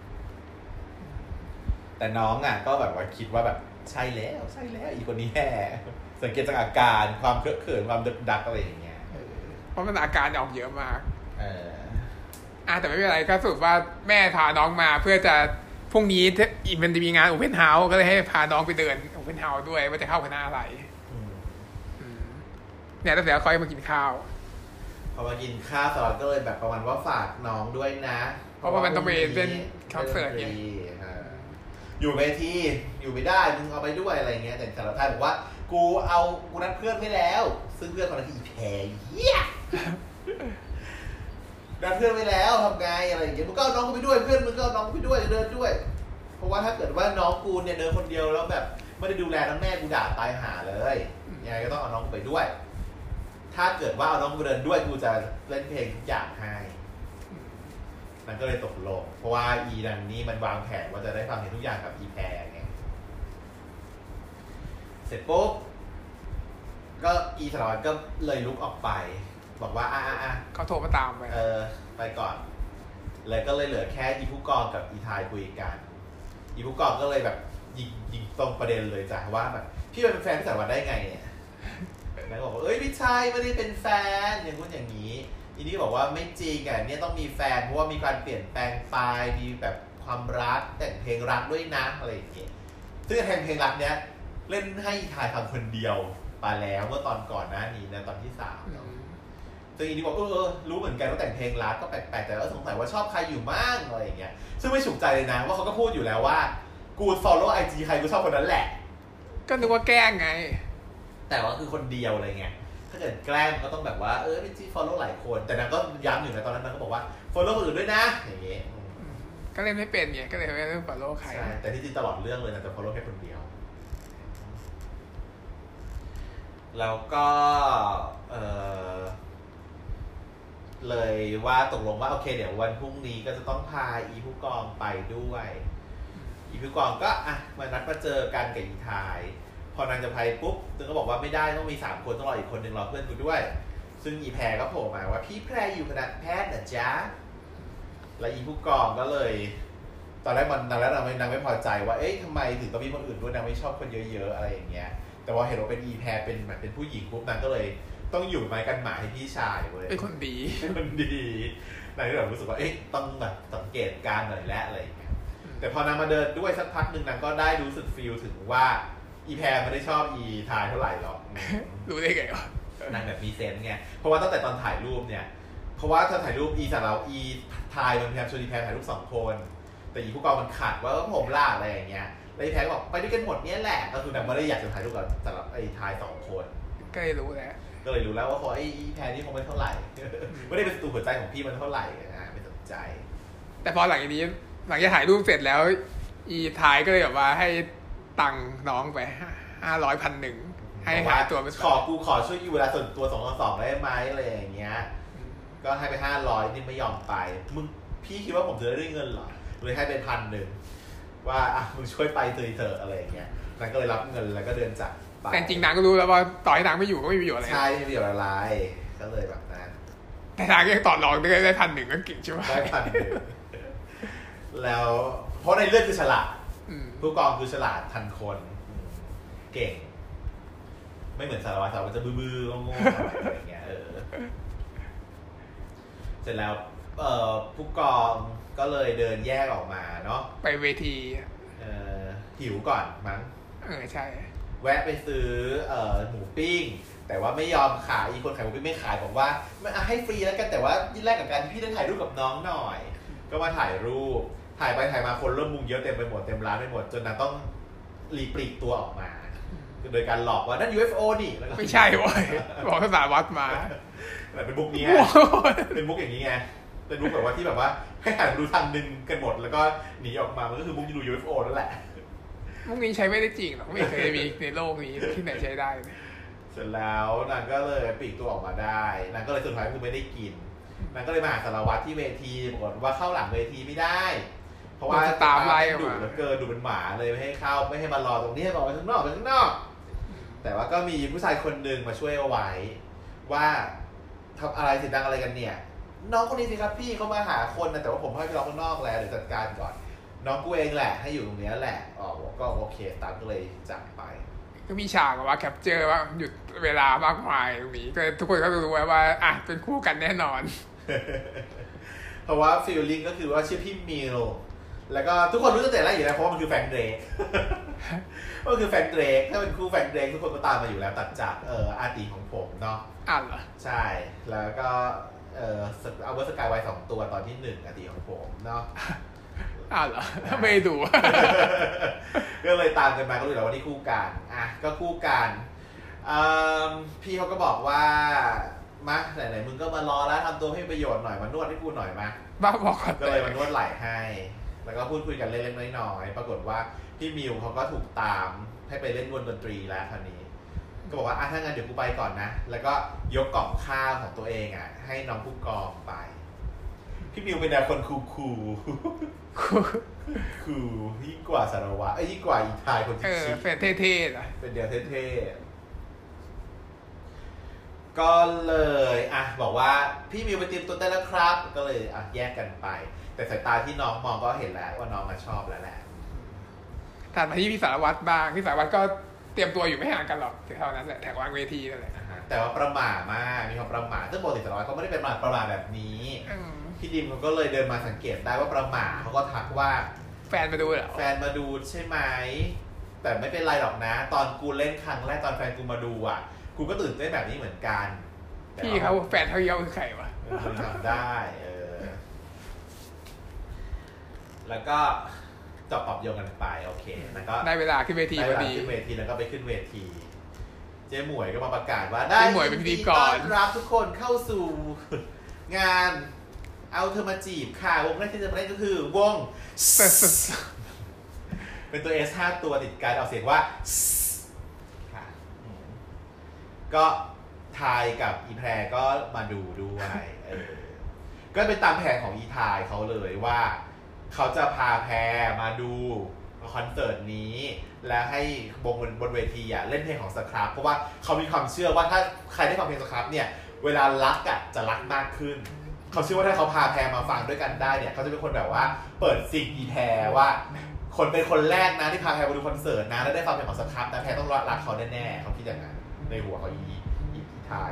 แต่น้องก็แบบว่าคิดว่าแบบใช่แล้วอีกคนนี้แน่สังเกตจากอาการความเคอะเขินความดึกดักอะไรอย่างเงี้ยเพราะมันอาการออกเยอะมากแต่ไม่เป็นไรก็สรุปว่าแม่พาน้องมาเพื่อจะพรุ่งนี้มันจะมีงานโอเพนเฮาส์ก็เลยให้พาน้องไปเดินโอเพนเฮาส์ด้วยว่าจะเข้าคณะอะไรเนี่ยแล้วเดี๋ยวค่อยมากินข้าวพอมากินข้าวตอนก็เลยแบบประมาณว่าฝากน้องด้วยนะเพราะว่ามันต้องไปเล่นคอนเสิร์ตเนี่ยอยู่เวทีอยู่ไม่ได้มึงเอาไปด้วยอะไรเงี้ยแต่สารพัดบอกว่ากูนัดเพื่อนไว้แล้วซึ่งเพื่อนคนนั้นที่อีแพรเหี้ยนัดเพื่อนไว้แล้วทำไงอะไรอย่างเงี้ยมึงก็เอาน้องกูไปด้วยเพื่อนมึงก็เอาน้องกูไปด้วยเดินด้วยเพราะว่าถ้าเกิดว่าน้องกูเนี่ยเดินคนเดียวแล้วแบบไม่ได้ดูแลทั้งแม่กูด่าตายหาเลยยังไงก็ต้องเอาน้องกูไปด้วยถ้าเกิดว่าเอาน้องกูเดินด้วยกูจะเล่นเพลงทุกอย่างให้มันก็เลยตกลงเพราะว่าอีดันนี่มันวางแผนว่าจะได้ฟังเพลงทุกอย่างกับอีแพรไงเสร็จปุ๊บก็อีสารวัตรก็เลยลุกออกไปบอกว่าเขาโทรมาตามไปไปก่อนเลยก็เลยเหลือแค่อีผู้กองกับอีทายคุยกันอีผู้กองก็เลยแบบยิงตรงประเด็นเลยจ้ะว่าแบบพี่เป็นแฟนพี่สารวัตรได้ไงเนี่ยแล้วบอกว่าพี่ชายไม่ได้เป็นแฟนอย่างนู้นอย่างนี้อีนี่บอกว่าไม่จริงเนี่ยต้องมีแฟนเพราะว่ามีการเปลี่ยนแปลงไปมีแบบความรักแต่งเพลงรักด้วยนะอะไรอย่างเงี้ยซึ่งเพลงรักเนี้ยเล่นให้อีทายทำคนเดียวไปแล้วเมื่อตอนก่อนหน้านี้นะตอนที่3เนาะซึ่งอีนี่บอกรู้เหมือนกันว่าแต่งเพลงรักก็แปลกๆแต่สงสัยว่าชอบใครอยู่มั่งอะไรอย่างเงี้ยซึ่งไม่ฉุกใจเลยนะว่าเขาก็พูดอยู่แล้วว่ากู follow IG ใครกูชอบคนนั้นแหละก็นึกว่าแกล้งไงแต่ว่าคือคนเดียวอะไรเงี้ยถ้าเกิดแกล้งก็ต้องแบบว่าพี่จี follow หลายคนแต่นางก็ย้ำอยู่นะตอนนั้นนางก็บอกว่า follow คนอื่นด้วยนะอย่างเงี้ยก็เล่นไม่เป็นไงก็เลยไม่ต้อง follow ใครใช่แต่ที่จริงตลอดเรื่องเลยนะจะ follow แค่คนเดียวแล้วก็เลยว่าตกลงว่าโอเคเดี๋ยววันพรุ่งนี้ก็จะต้องพาอีผู้กองไปด้วยอีผู้กองก็มานัดมาเจอกันกับอีทายพอนางจะไปปุ๊บตึงก็บอกว่าไม่ได้ต้องมี3คนต้องรออีกคนนึงรอเพื่อนกูด้วยซึ่งอีแพรก็โผล่มาว่าพี่แพรอยู่คณะแพทย์นะจ๊ะแล้วอีผู้กองก็เลยตอนแรกนางไม่พอใจว่าทำไมถึงต้องมีคนอื่นด้วยนางไม่ชอบคนเยอะๆอะไรอย่างเงี้ยแต่ว่าเห็นว่าเป็นอีแพรเป็นผู้หญิงปุ๊บนางก็เลยต้องอยู่ไม้กันหมาให้พี่ชายเว้ยเป็นคนดีนางก็แบบรู้สึกว่าต้องแบบสังเกตการหน่อยและอะไรอย่างเงี้ยแต่พอนางมาเดินด้วยสักพักนึงนางก็ได้รู้สึกฟีลถึงว่าอีแพรไม่ได้ชอบอีทายเท่าไหร่หรอกรู้ได้ไงวะนางแบบมีเซนส์ไงเพราะว่าตั้งแต่ตอนถ่ายรูปเนี่ยเพราะว่าถ้าถ่ายรูปอีสารเราอีทายมันพยายามชวนอีแพรถ่ายรูป2คนแต่อีผู้กองมันขัดว่าผมล่าอะไรอย่างเงี้ยแล้วอีแพรบอกไปด้วยกันหมดเนี่ยแหละก็คือนางไม่ได้อยากจะถ่ายรูปกับสารไอ้ทาย2คนก็เลยรู้แล้วว่าไอ้แพรนี่คงไม่เท่าไหร่ไม่ได้เป็นตัวหัวใจของพี่มันเท่าไหร่นะไม่สนใจแต่พอหลังจากถ่ายรูปเสร็จแล้วอีทายก็เลยแบบว่าให้ตังน้องไป500-1,000ให้หาตัวไปขอช่วยอยู่เวลาส่วนตัว2-2ได้ไหมอะไรอย่างเงี้ยก็ให้ไป500นี่ไม่ยอมไปมึงพี่คิดว่าผมจะได้เงินเหรอเลยให้ไป1,000 ว่ามึงช่วยไปเถอะอะไรอย่างเงี้ยนางก็เลยรับเงินแล้วก็เดินจากไปแต่จริงนางก็รู้แล้วว่าต่อให้นางไม่อยู่ก็ไม่มีประโยชน์อะไรใช่ไม่มีประโยชน์อะไรก็เลยแบบนั้นแต่นางยังต่อรองได้1,100ก็เก่งใช่ไหมได้1,100แล้วเพราะในเรื่องคือฉลาดผู้กองคือฉลาดทันคนเก่งไม่เหมือนสารวัตรจะบื้อๆโง่ๆอะไรอย่างเงี้ยเสร็จแล้วผู้กองก็เลยเดินแยกออกมาเนาะไปเวทีหิวก่อนมั้งใช่แวะไปซื้อหมูปิ้งแต่ว่าไม่ยอมขายอีกคนขายหมูปิ้งไม่ขายบอกว่าให้ฟรีแล้วกันแต่ว่าแลกกับการพี่ได้ถ่ายรูปกับน้องหน่อยก็มาถ่ายรูปถ่ายไปถ่ายมาคนเริ่มมุงเยอะเต็มไปหมดเต็มร้านไปหมดจนนางต้องปลีกตัวออกมาโดยการหลอกว่านั่น UFO นี่แล้วก็ไม่ใช่เว้ยบอกภาษาวัดมาแต่เป็นบุ๊กนี้เป็นบุ๊กอย่างนี้ไงเป็นบุ๊กแบบว่าที่แบบว่าให้หันดูทางนึงกันหมดแล้วก็หนีออกมามันก็คือบุ๊กที่ดู UFO นั่นแหละบุ๊กนี้ใช้ไม่ได้จริงหรอกไม่เคยมีในโลกนี้ที่ไหนใช้ได้เสร็จแล้วนางก็เลยปลีกตัวออกมาได้นางก็เลยสุดท้ายคือไม่ได้กินนางก็เลยมาหาสารวัตรที่เวทีบอกว่าเข้าหลังเวทีไม่ได้เพราะว่าตามไล่ดุแล้วเกินดุเป็นหมาเลยไม่ให้เข้าไม่ให้มารอตรงนี้ให้บอกไปข้างนอกแต่ว่าก็มีผู้ชายคนหนึ่งมาช่วยเอาไว้ว่าทำอะไรเสียงดังอะไรกันเนี่ยน้องคนนี้สิครับพี่เขามาหาคนนะแต่ว่าผมให้ไปรอข้างนอกแล้วเดี๋ยวจัดการก่อนน้องกูเองแหละให้อยู่ตรงนี้แหละก็โอเคตามก็เลยจากไปก็มีฉากว่าแคปเจอร์ว่าหยุดเวลามากมายตรงนี้ก็ทุกคนก็รู้ว่าเป็นคู่กันแน่นอนเพราะว่าฟีลลิ่งก็คือว่าชื่อพี่มิลแล้วก็ทุกคนรู้ตั้งแต่แรกอยู่แล้วเพราะว่ามันคือแฟรงค์เดรกก็คือแฟรงค์เดรกถ้าเป็นคู่แฟรงค์เดรกทุกคนก็ตามมาอยู่แล้วตัดจากอาร์ตีของผมเนาะเหรอใช่แล้วก็เอาเวอร์สกายไว2ตัวตอนที่1อาร์ตีของผมเนาะเหรอไม่ดูก็เลยตามกันมาก็เลยแล้วว่าที่คู่กันก็คู่กันพี่เขาก็บอกว่ามาไหนๆมึงก็มารอแล้วทำตัวให้ประโยชน์หน่อยมานวดให้กูหน่อยมาบ้าบอกก็เลยมานวดไหล่ให้แล้วก็พูดคุยกันเล็กๆน้อยๆปรากฏว่าพี่มิวเขาก็ถูกตามให้ไปเล่นดนตรีแล้วคราวนี้ก็บอกว่าถ้างั้นเดี๋ยวกูไปก่อนนะแล้วก็ยกกล่องข้าวของตัวเองให้น้องผู้กองไปพี่มิวเป็นคนคูยิ่งกว่าสารวัตรยิ่งกว่าอีทายคนที่ชิคเป็นเท่ๆนะเป็นเดียวเท่ๆก็เลยบอกว่าพี่มิวไปเตรียมตัวได้แล้วครับก็เลยแยกกันไปแต่สายตาที่น้องมองก็เห็นแล้วว่าน้องมาชอบแล้วแหละถัดมาที่พี่สารวัตรบ้างพี่สารวัตรก็เตรียมตัวอยู่ไม่ห่างกันหรอกเท่านั้นแหละแถววางเวทีนั่นแหละแต่ว่าประหม่ามากมีความประหม่าซึ่งปกติสารวัตรเขาไม่ได้เป็นประหม่าแบบนี้พี่ดิมเขาก็เลยเดินมาสังเกตได้ว่าประหม่าเขาก็ทักว่าแฟนมาดูเหรอแฟนมาดูใช่ไหมแต่ไม่เป็นไรหรอกนะตอนกูเล่นครั้งแรกตอนแฟนกูมาดูกูก็ตื่นเต้นแบบนี้เหมือนกันพี่เขาแฟนเขาเยาคือใครวะทำได้แล้วก็จบปรับโยงกันไปโอเคแล้วก็ได้เวลาขึ้นเวทีพอดีขึ้นเวทีแล้วก็ไปขึ้นเวทีเจ๊หมวยก็มาประกาศว่าได้หมวยเป็นพิธีกรรับทุกคนเข้าสู่งานเอาเธอมาจีบค่ะวงแรกที่จะมาเล่นก็คือวงเป็นตัว S 5ตัวติดกันออกเสียงว่าค่ะก็ทายกับอีแพรก็มาดูด้วยก็เป็นตามแผนของอีทายเขาเลยว่าเขาจะพาแพรมาดูคอนเสิร์ตนี้และให้วงบนเวทีเล่นเพลงของสครับเพราะว่าเขามีความเชื่อว่าถ้าใครได้ฟังเพลงสครับเนี่ยเวลารักจะรักมากขึ้นเขาเชื่อว่าถ้าเขาพาแพรมาฟังด้วยกันได้เนี่ยเขาจะเป็นคนแบบว่าเปิดซิงอีแพรว่าคนเป็นคนแรกนะที่พาแพรมาดูคอนเสิร์ตนะแล้วได้ฟังเพลงของสครับนะแพรต้องรักเขาแน่ๆเขาคิดอย่างนั้นในหัวเขาอีทาย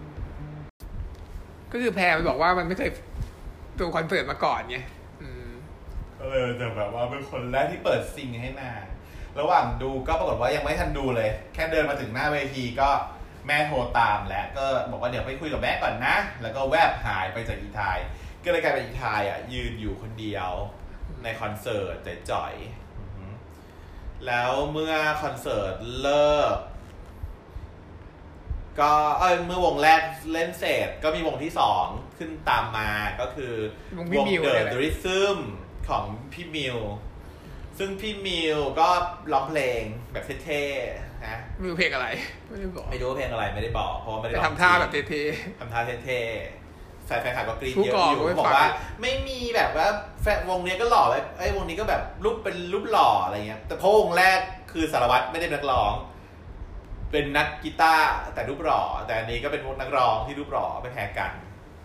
ก็คือแพรมันบอกว่ามันไม่เคยดูคอนเสิร์ตมาก่อนไงแต่แบบว่าเป็นคนแรกที่เปิดซิงให้นางระหว่างดูก็ปรากฏว่ายังไม่ทันดูเลยแค่เดินมาถึงหน้าเวทีก็แม่โทรตามแล้วก็บอกว่าเดี๋ยวไปคุยกับแม่ก่อนนะแล้วก็แวบหายไปจากอีทายก็เลยกลายเป็นอีทายยืนอยู่คนเดียวในคอนเสิร์ตจ่อยๆแล้วเมื่อคอนเสิร์ตเลิกก็เมื่อวงแรกเล่นเสร็จก็มีวงที่2ขึ้นตามมาก็คือวง The Rhythm ของพี่มิวซึ่งพี่มิวก็ร้องเพลงแบบเท่ๆนะไม่รู้เพลงอะไรไม่ได้บอกไม่รู้เพลงอะไรไม่ได้บอกเพราะไม่ได้ทำท่าแบบเท่ๆทำท่าเท่ๆแฟนคลับก็กรี๊ดเยอะอยู่บอกว่าไม่มีแบบว่าแฟนวงนี้ก็หล่อไอ้วงนี้ก็แบบรูปเป็นรูปหล่ออะไรเงี้ยแต่เพราะวงแรกคือสารวัตรไม่ได้นักร้องเป็นนักกีตาร์แต่รูปหล่อแต่อันนี้ก็เป็นวงนักร้องที่รูปหล่อไม่แพ้กัน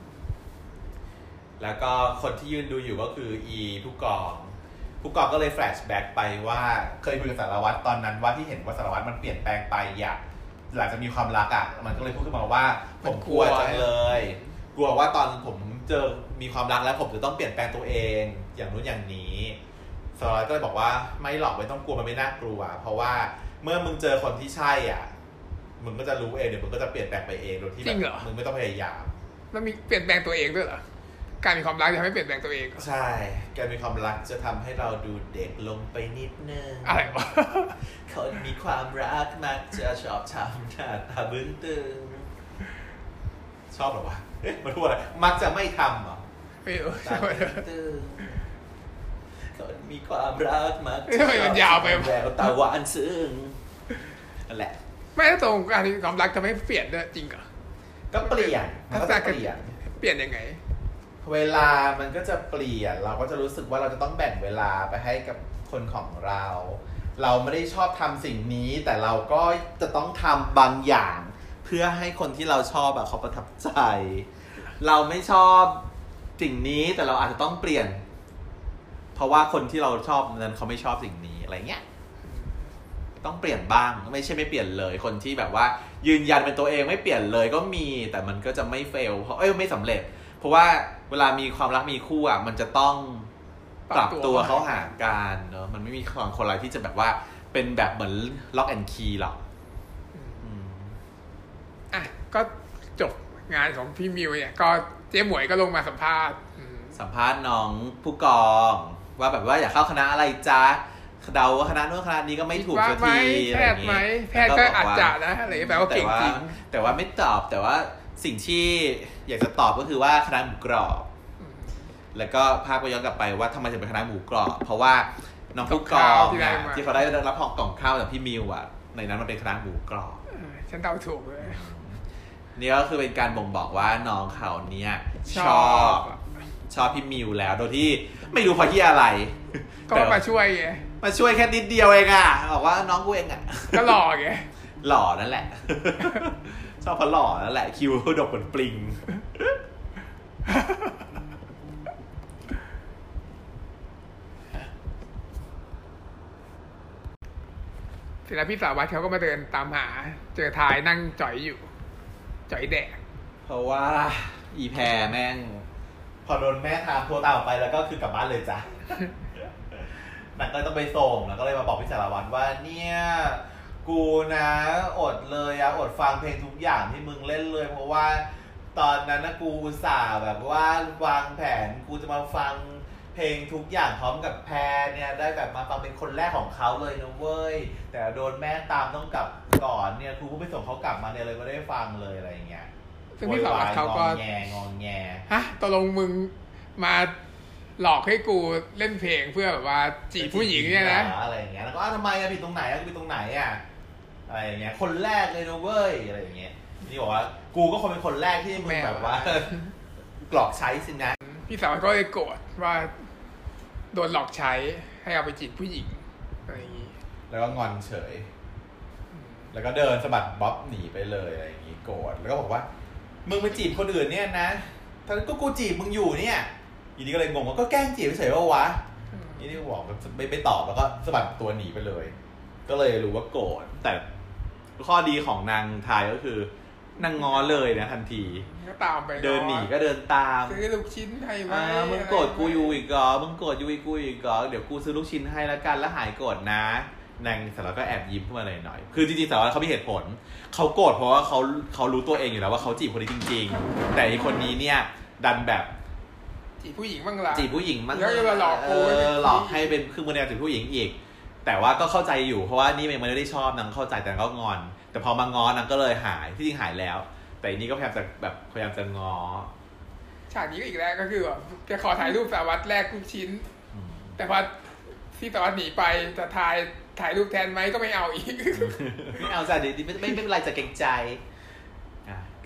แล้วก็คนที่ยืนดูอยู่ก็คือผู้กองก็เลยแฟลชแบ็กไปว่าเคยคุยกับสารวัตรตอนนั้นว่าที่เห็นว่าสารวัตรมันเปลี่ยนแปลงไปหลังจากมีความรักมันก็เลยพูดขึ้นมาว่าผมกลัวจังเลยกลัวว่าตอนผมมีความรักแล้วผมจะต้องเปลี่ยนแปลงตัวเองอย่างนู้นอย่างนี้สารวัตรก็เลยบอกว่าไม่หรอกไม่ต้องกลัวมันไม่น่ากลัวเพราะว่าเมื่อมึงเจอคนที่ใช่มึงก็จะรู้เองเดี๋ยวมึงก็จะเปลี่ยนแปลงไปเองโดยที่แบบมึงไม่ต้องพยายามมันมีเปลี่ยนแปลงตัวเองด้วยเหรอการมีความรักจะทำให้เปลี่ยนแปลงตัวเองใช่การมีความรักจะทำให้เราดูเด็กลงไปนิดนึงอะไรวะคนมีความรักมักจะชอบทำหน้าตาบึ้งตึงชอบหรอวะมันพูดอะไรมักจะไม่ทำหรอไม่รู้ตาบึ้งตึงคนมีความรักมักจะยาวไปแววตาหวานซึ้งนั่นแหละไม่ตรงการมีความรักจะไม่เปลี่ยนด้วยจริงเหรอก็เปลี่ยนมันก็เปลี่ยนยังไงเวลามันก็จะเปลี่ยนเราก็จะรู้สึกว่าเราจะต้องแบ่งเวลาไปให้กับคนของเราไม่ได้ชอบทำสิ่งนี้แต่เราก็จะต้องทำบางอย่างเพื่อให้คนที่เราชอบเขาประทับใจเราไม่ชอบสิ่งนี้แต่เราอาจจะต้องเปลี่ยนเพราะว่าคนที่เราชอบนั้นเขาไม่ชอบสิ่งนี้อะไรเงี้ยต้องเปลี่ยนบ้างไม่ใช่ไม่เปลี่ยนเลยคนที่แบบว่ายืนยันเป็นตัวเองไม่เปลี่ยนเลยก็มีแต่มันก็จะไม่เฟลเพราะไม่สำเร็จเพราะว่าเวลามีความรักมีคู่มันจะต้องปรับตัวเข้าหากันเนอะมันไม่มีคนอะไรที่จะแบบว่าเป็นแบบเหมือนล็อกแอนด์คีย์หรอกก็จบงานของพี่มิวเนี่ยก็เจ๊หมวยก็ลงมาสัมภาษณ์น้องผู้กองว่าแบบว่าอยากเข้าคณะอะไรจ๊ะเดาว่าคณะนู้นคณะนี้ก็ไม่ถูกสักทีอะไรอย่างเงี้ยแพทย์ก็อาจจะนะอะไรแปลว่าเก่งจริงแต่ว่าไม่ตอบแต่ว่าสิ่งที่อยากจะตอบก็คือว่าคณะหมูกรอบแล้วก็ภาคไปย้อนกลับไปว่าทำไมถึงเป็นคณะหมูกรอบเพราะว่าน้องผู้กองที่เขาได้รับกล่องข้าวจากพี่มิวในนั้นมันเป็นคณะหมูกรอบฉันเดาถูกเลยนี่ก็คือเป็นการบ่งบอกว่าน้องเขาเนี่ยชอบพี่มิวแล้วโดยที่ไม่รู้เพราะที่อะไรก็มาช่วยไงมาช่วยแค่นิดเดียวเองบอกว่าน้องกูเองก็หล่อไงหล่อนั่นแหละชอบเพราะหล่อนั่นแหละคิวดกเหมือนปลิงเสร็จแล้วพี่สาววัดเขาก็มาเดินตามหาเจอทายนั่งจ่อยอยู่จ่อยแดกเพราะว่าอีแพรแม่งพอโดนแม่ทามโทรตามออกไปแล้วก็คือกลับบ้านเลยจ้ะนักก็ต้องไปส่งแล้วก็เลยมาบอกพี่สารวัตรว่าเนี่ยกูนะอดเลยอดฟังเพลงทุกอย่างที่มึงเล่นเลยเพราะว่าตอนนั้นนะกูอุตส่าห์แบบว่าวางแผนกูจะมาฟังเพลงทุกอย่างพร้อมกับแพรเนี่ยได้แบบมาฟังเป็นคนแรกของเขาเลยนะเว้ยแต่โดนแม่ตามต้องกลับก่อนเนี่ยกูไปส่งเขากลับมาเนี่ยเลยไม่ได้ฟังเลยอะไรอย่างเงี้ยซึ่งพี่สารวัตรเขาก็งอแงฮะตกลงมึงมาหลอกให้กูเล่นเพลงเพื่อแบบว่าจีบผู้หญิงเนี่ยนะอะไรอย่างเงี้ยแล้วก็ทำไมผิดตรงไหนผิดตรงไหนอะไรอย่างเงี้ยคนแรกเลยนะเว้ยอะไรอย่างเงี้ยนี่บอกว่ากูก็คงเป็นคนแรกที่มึงแบบว่ากลอกใช้สินะพี่สาวก็เลยโกรธว่าโดนหลอกใช้ให้เอาไปจีบผู้หญิงอะไรอย่างงี้แล้วก็งอนเฉยแล้วก็เดินสะบัดบ๊อบหนีไปเลยอะไรอย่างงี้โกรธแล้วก็บอกว่ามึงไปจีบคนอื่นเนี่ยนะทั้งก็กูจีบมึงอยู่เนี่ยอีนี่ก็เลยงงว่าก็แกล้งจีบเฉยๆว่าวะอีนี่บอกไม่ตอบแล้วก็สะบัดตัวหนีไปเลยก็เลยรู้ว่าโกรธแต่ข้อดีของนางทายก็คือนางง้อเลยนะทันทีก็ตามไปเดินหนีก็เดินตามซื้อลูกชิ้นให้ไว้มึงโกรธกูอยู่อีกเหรอมึงโกรธอยู่กูอีกเหรอเดี๋ยวกูซื้อลูกชิ้นให้แล้วกันแล้วหายโกรธนะนางสารวัตรก็แอบยิ้มขึ้นมาหน่อยคือจริงๆสารวัตรเขามีเหตุผลเขาโกรธเพราะว่าเขารู้ตัวเองอยู่แล้วว่าเขาจีบคนนี้จริงๆแต่อีคนนี้เนี่ยดันแบบจีบผู้หญิงบ้างล่ะจีบผู้หญิงบ้างแล้วจะหลอกหลอกให้เป็นเครื่องมือในการจีบผู้หญิงอีกแต่ว่าก็เข้าใจอยู่เพราะว่านี่มันไม่ได้ชอบนางเข้าใจแต่ก็งอนแต่พอมางอนนางก็เลยหายที่จริงหายแล้วแต่อันนี้ก็พยายามจะงอฉากนี้ก็อีกแล้วก็คือแบบแกขอถ่ายรูปสารวัตรแรกลูกชิ้นแต่พอที่สารวัตรหนีไปจะถ่ายรูปแทนไหมก็ไม่เอาอีกไม่เอาจ้ะดิไม่เป็นไรจะเกรงใจก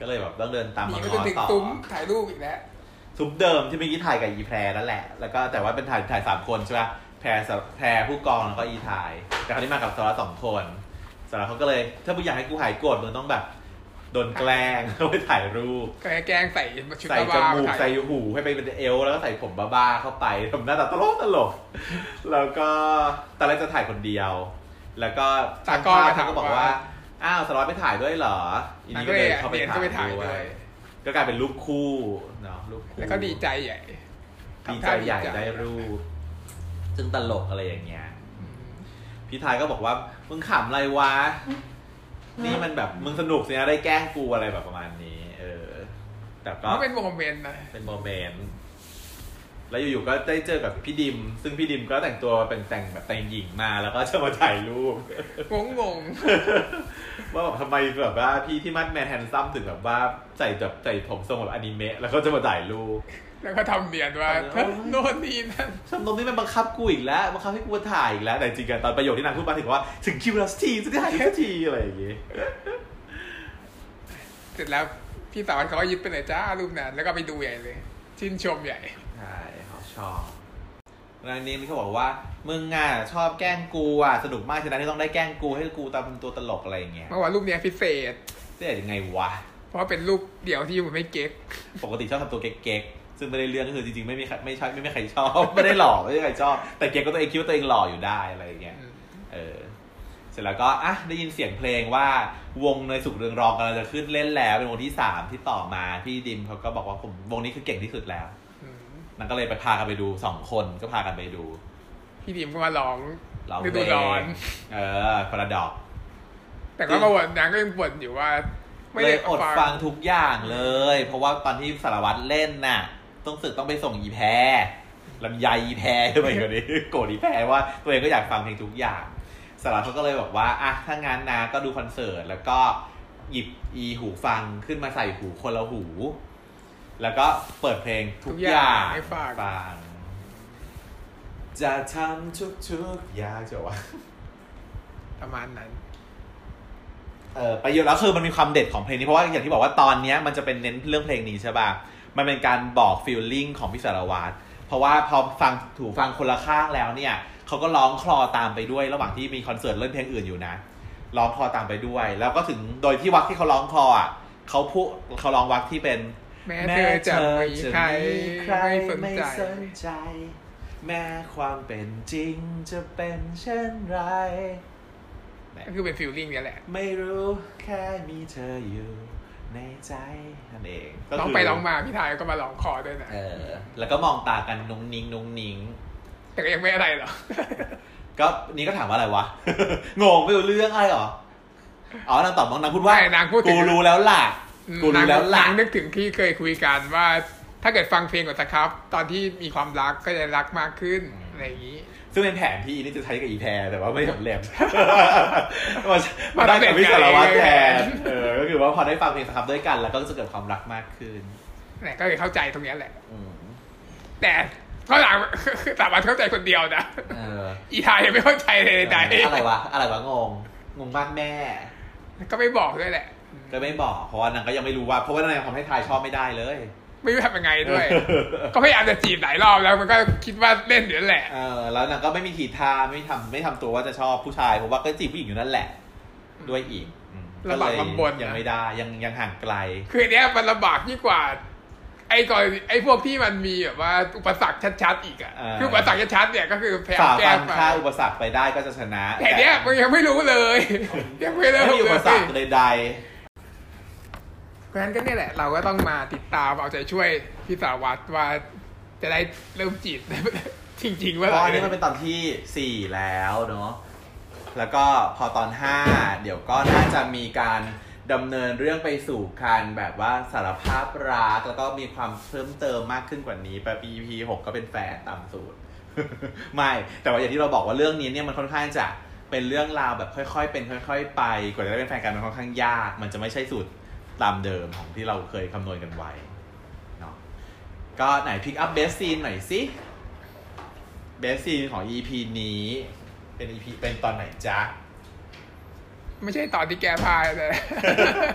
ก็เลยแบบต้องเดินตามมาก็ง้จะอถึงต่อซุ้มถ่ายรูปอีกแล้วซุ้มเดิมที่เมื่อกี้ถ่ายกับอีแพรนั่นแหละแล้วก็แต่ว่าเป็นถ่าย3 คนใช่ป่ะแพรผู้กองแล้วก็อีถ่ายแต่คราวนี้มากับสาระ2 คนสาระเขาก็เลยถ้ามึงอยากให้กูหายโกรธมึงต้องแบบโดนแกล้งต้องไปถ่ายรูปก็แกล้งใส่ชุดใส่จบ้ามูกใส่หูให้ไปเป็นเอวแล้วก็ใส่ผมบ้าๆเข้าไปทำหน้าตาตลกแล้วก็ตอนแรกจะถ่ายคนเดียวแล้วก็ช่างภาพเขาก็บอกว่าอ้าวสารวัตรไปถ่ายด้วยเหรออีนี้ก็เลยเข้าไปถ่ายด้วยก็กลายเป็นรูปคู่เนาะรูปคู่แล้วก็ดีใจใหญ่ได้รูปซึ่งตลกอะไรอย่างเงี้ยพี่ทายก็บอกว่ามึงขำอะไรวะนี่มันแบบมึงสนุกสินะได้แกล้งกูอะไรแบบประมาณนี้แต่ก็เป็นโมเมนต์นะเป็นโมเมนต์แล้วอยู่ๆก็ได้เจอกับพี่ดิมซึ่งพี่ดิมก็แต่งตัวเป็นแต่งแบบแต่งหญิงมาแล้วก็จะมาถ่ายรูปงงว่าแบบทำไมแบบว่าพี่ที่มัดแมนแฮนซัมถึงแบบว่าใส่ผมทรงแบบอนิเมะแล้วก็จะมาถ่ายรูปแล้วก็ทำเนียนว่าโน่นนี่นั่นทำตรงนี้มันบังคับกูอีกแล้วบังคับให้กูมาถ่ายอีกแล้วแต่จริงๆตอนประโยคที่นางพูดมาถึงว่าถึงคิวแล้วทีจะได้ถ่ายสักทีอะไรอย่างงี้เสร็จแล้วพี่สาวเขาก็ยึดไปเลยจ้ารูปนั้นแล้วก็ไปดูใหญ่เลยชื่นชมใหญ่ใช่เขาชอบแล้วนี้เขาบอกว่ามึงอ่ะชอบแกล้งกูอ่ะสนุกมากฉะนั้นที่ต้องได้แกล้งกูให้กูตามเป็นตัวตลกอะไรอย่างเงี้ยเมื่อวานรูปนี้พิเศษยังไงวะเพราะเป็นรูปเดี่ยวที่มันไม่เก๊กปกติชอบทำตัวเก๊กซึ่งไม่ได้เรื่องก็คือจริงๆไม่มีใครไม่ชอบไม่ได้หล่อไม่ได้ใครชอบแต่เก๊กก็ตัวเองคิดว่าตัวเองหล่ออยู่ได้อะไรอย่างเงี้ยเสร็จแล้วก็ได้ยินเสียงเพลงว่าวงในสุขเรืองรองกำลังจะขึ้นเล่นแล้วเป็นวงที่3ที่ต่อมาพี่ดิมเขาก็บอกว่าผมวงนี้คือเก่งที่สุดแล้วนั่นก็เลยไปพากันไปดู2 คนก็พากันไปดูพี่ดิมก็มาร้องฤดูร้อนพาราดอกแต่ก็มาบ่นนางก็ยังบ่นอยู่ว่าไม่ได้อดฟังทุกอย่างเลยเพราะว่าตอนที่สารวัตรเล่นน่ะต้องไปส่งอีแพรลำไยอีแพรขึ้นมาอย่างนี้โกรธอีแพรว่าตัวเองก็อยากฟังเพลงทุกอย่างสารวัตรเขาก็เลยบอกว่าถ้างั้นนะก็ดูคอนเสิร์ตแล้วก็หยิบหูฟังขึ้นมาใส่หูคนละหูแล้วก็เปิดเพลงทุกอย่างให้ฟังจะทำทุกอย่างจะว่าประมาณนั้นประโยชน์แล้วคือมันมีความเด็ดของเพลงนี้เพราะว่าอย่างที่บอกว่าตอนนี้มันจะเป็นเน้นเรื่องเพลงนี้ใช่ป่ะมันเป็นการบอกฟีลลิ่งของพี่สารวัตรเพราะว่าพอฟังคนละข้างแล้วเนี่ยเขาก็ร้องคลอตามไปด้วยระหว่างที่มีคอนเสิร์ตเล่นเพลงอื่นอยู่นะร้องคลอตามไปด้วยแล้วก็ถึงโดยที่วรรคที่เขาร้องคลอเขาร้องวรรคที่เป็นแม้เธอจะมีใครไม่สนใจแม้ความเป็นจริงจะเป็นเช่นไรก็คือเป็นฟีลลิ่งนี้แหละไม่รู้แค่มีเธออยู่ในใจนั่นเองร้องไปร้องมาพี่ทายก็มาร้องคอด้วยนะแล้วก็มองตากันนุ้งนิ้งแต่ก็ยังไม่อะไรหรอก็นี่ก็ถามว่าอะไรวะงงไม่รู้เรื่องอะไรหรอนางตอบนางพูดว่านางพูดกูรู้แล้วล่ะนางนึกถึงที่เคยคุยกันว่าถ้าเกิดฟังเพลงก่อนสักครับตอนที่มีความรักก็จะรักมากขึ้นอะไรอย่างนี้ซึ่งเป็นแผนที่นี่จะใช้กับอีแพรแต่ว่าไม่สำเร็จมาได้กับวิสารวัตรแทนก็คือว่าพอได้ฟังเพลงสักครับด้วยกันแล้วก็จะเกิดความรักมากขึ้นนี่ก็เลยเข้าใจตรงนี้แหละแต่เขาหลังสามารถเข้าใจคนเดียวนะอีทายยังไม่เข้าใจเลยใดอะไรวะงงมากแม่ก็ไม่บอกด้วยแหละก็ไม่บอกเพราะว่านางก็ยังไม่รู้ว่าเพราะว่านางยังทำให้ทายชอบไม่ได้เลยไม่รู้ทำยังไงด้วยก็พยายามจะจีบหลายรอบแล้วมันก็คิดว่าเล่นเดี๋ยวแหละแล้วนางก็ไม่มีทีท่าไม่ทำตัวว่าจะชอบผู้ชายเพราะว่าก็จีบผู้หญิงอยู่นั่นแหละด้วยอีกลำบากลำบนยังไม่ได้ยังห่างไกลคือเนี้ยมันลำบากยิ่งกว่าไอ้พวกที่มันมีแบบว่าอุปสรรคชัดๆอีกคืออุปสรรคชัดๆเนี่ยก็คือพยายามแก้ไปถ้าอุปสรรคไปได้ก็จะชนะแต่เนี้ยมันยังไม่รู้เลยยังไม่มีอุปสรรคใดเพราะฉะนั้นก็นี่แหละเราก็ต้องมาติดตามเอาใจช่วยพี่สารวัตรว่าจะได้เริ่มจีบจริงๆว่าตอนนี้มันเป็นตอนที่4แล้วเนาะแล้วก็พอตอน5เดี๋ยวก็น่าจะมีการดำเนินเรื่องไปสู่การแบบว่าสารภาพรักแล้วก็มีความเพิ่มเติมมากขึ้นกว่านี้ไป EP 6ก็เป็นแฟนตามสูตร ไม่แต่ว่าอย่างที่เราบอกว่าเรื่องนี้เนี่ยมันค่อนข้างจะเป็นเรื่องราวแบบค่อยๆเป็นค่อยๆไปกว่าจะได้เป็นแฟนกันมันค่อนข้างยากมันจะไม่ใช่สูตรตามเดิมของที่เราเคยคำนวณกันไว้เนาะก็ไหนพิกอัพเบสซีนหน่อยสิเบสซีนของ EP นี้เป็น EP เป็นตอนไหนจ๊ะไม่ใช่ตอนที่แกพายเลย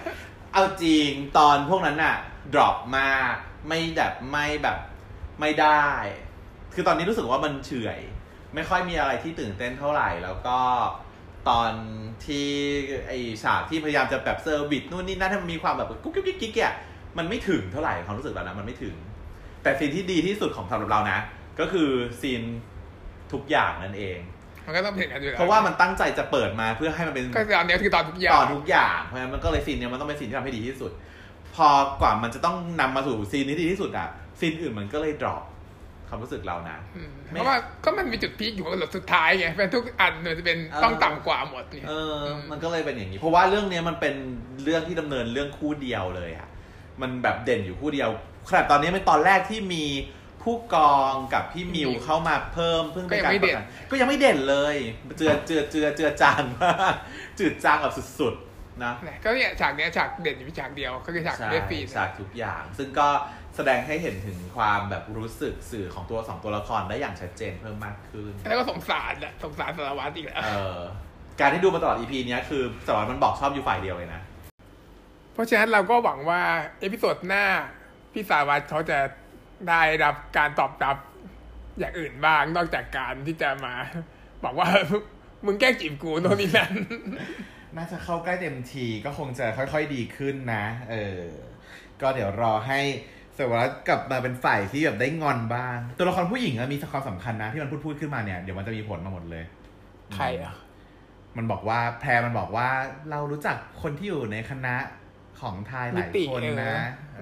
เอาจริงตอนพวกนั้นน่ะดรอปมากไม่ได้คือตอนนี้รู้สึกว่ามันเฉื่อยไม่ค่อยมีอะไรที่ตื่นเต้นเท่าไหร่แล้วก็ตอนที่ไอฉากที่พยายามจะแบบเซอร์วิสนู่นนี่นั่นให้มันมีความแบบกุ๊กกิ๊กกิ๊กอ่ะมันไม่ถึงเท่าไหร่ความรู้สึกเรานะมันไม่ถึงแต่ซีนที่ดีที่สุดของสำหรับเรานะก็คือซีนทุกอย่างนั่นเองมันก็ต้องเห็นกันอยู่แล้วเพราะว่ามันตั้งใจจะเปิดมาเพื่อให้มันเป็นก็ตอนนี้คือตอนทุกอย่างเพราะฉะนั้นมันก็เลยซีนนี้มันต้องเป็นซีนที่ทำให้ดีที่สุดพอกว่ามันจะต้องนำมาสู่ซีนที่ดีที่สุดอ่ะซีนอื่นมันก็เลยดรอปความรู้สึกเรานะเพราะว่าก็มันมีจุดพีคอยู่หลดสุดท้ายไงเป็นทุกอันมันจะเป็นต้องต่ำกว่าหมดนี่มันก็เลยเป็นอย่างนี้เพราะว่าเรื่องนี้มันเป็นเรื่องที่ดำเนินเรื่องคู่เดียวเลยอ่ะมันแบบเด่นอยู่คู่เดียวขนาดตอนนี้เป็นตอนแรกที่มีผู้กองกับพี่มิวเข้ามาเพิ่มเพิ่งเป็นการประกันก็ยังไม่เด่นเลยเจือจางมากจืดจางแบบสุดๆนะก็เนี่ยฉากเนี้ยฉากเด่นอยู่ฉากเดียวก็คือฉากเบสฟีนฉากทุกอย่างซึ่งก็แสดงให้เห็นถึงความแบบรู้สึกสื่อของตัว2ตัวละครได้อย่างชัดเจนเพิ่มมากขึ้นแล้วก็สงสารสารวัตรอีกแล้วการที่ดูมาตลอด EP นี้คือสารวัตรมันบอกชอบอยู่ฝ่ายเดียวเลยนะเพราะฉะนั้นเราก็หวังว่าเอพิโซดหน้าพี่สารวัตรเขาจะได้รับการตอบรับอย่างอื่นบ้างนอกจากการที่จะมาบอกว่ามึงแกล้งจีบกูโน่นนี่นั่นน่าจะเข้าใกล้เต็มทีก็คงจะค่อยๆดีขึ้นนะก็เดี๋ยวรอให้สารวัตรกลับมาเป็นฝ่ายที่แบบได้งอนบ้างตัวละครผู้หญิงมีความสำคัญนะที่มันพูดขึ้นมาเนี่ยเดี๋ยวมันจะมีผลมาหมดเลยใครอ่ะมันบอกว่าแพรมันบอกว่าเรารู้จักคนที่อยู่ในคณะของทายหลายคนนะ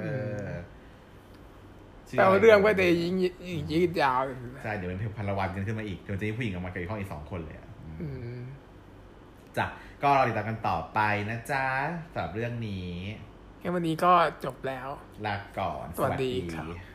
แปลว่าเรื่องก็จะยิ่งยาวใช่เดี๋ยวมันถึงพันละวันกันขึ้นมาอีกเดี๋ยวจะมีผู้หญิงออกมาเกี่ยวข้องอีก2 คนเลยจ้ะก็รอติดตามกันต่อไปนะจ๊ะสำหรับเรื่องนี้วันนี้ก็จบแล้วลาก่อนสวัสดีครับ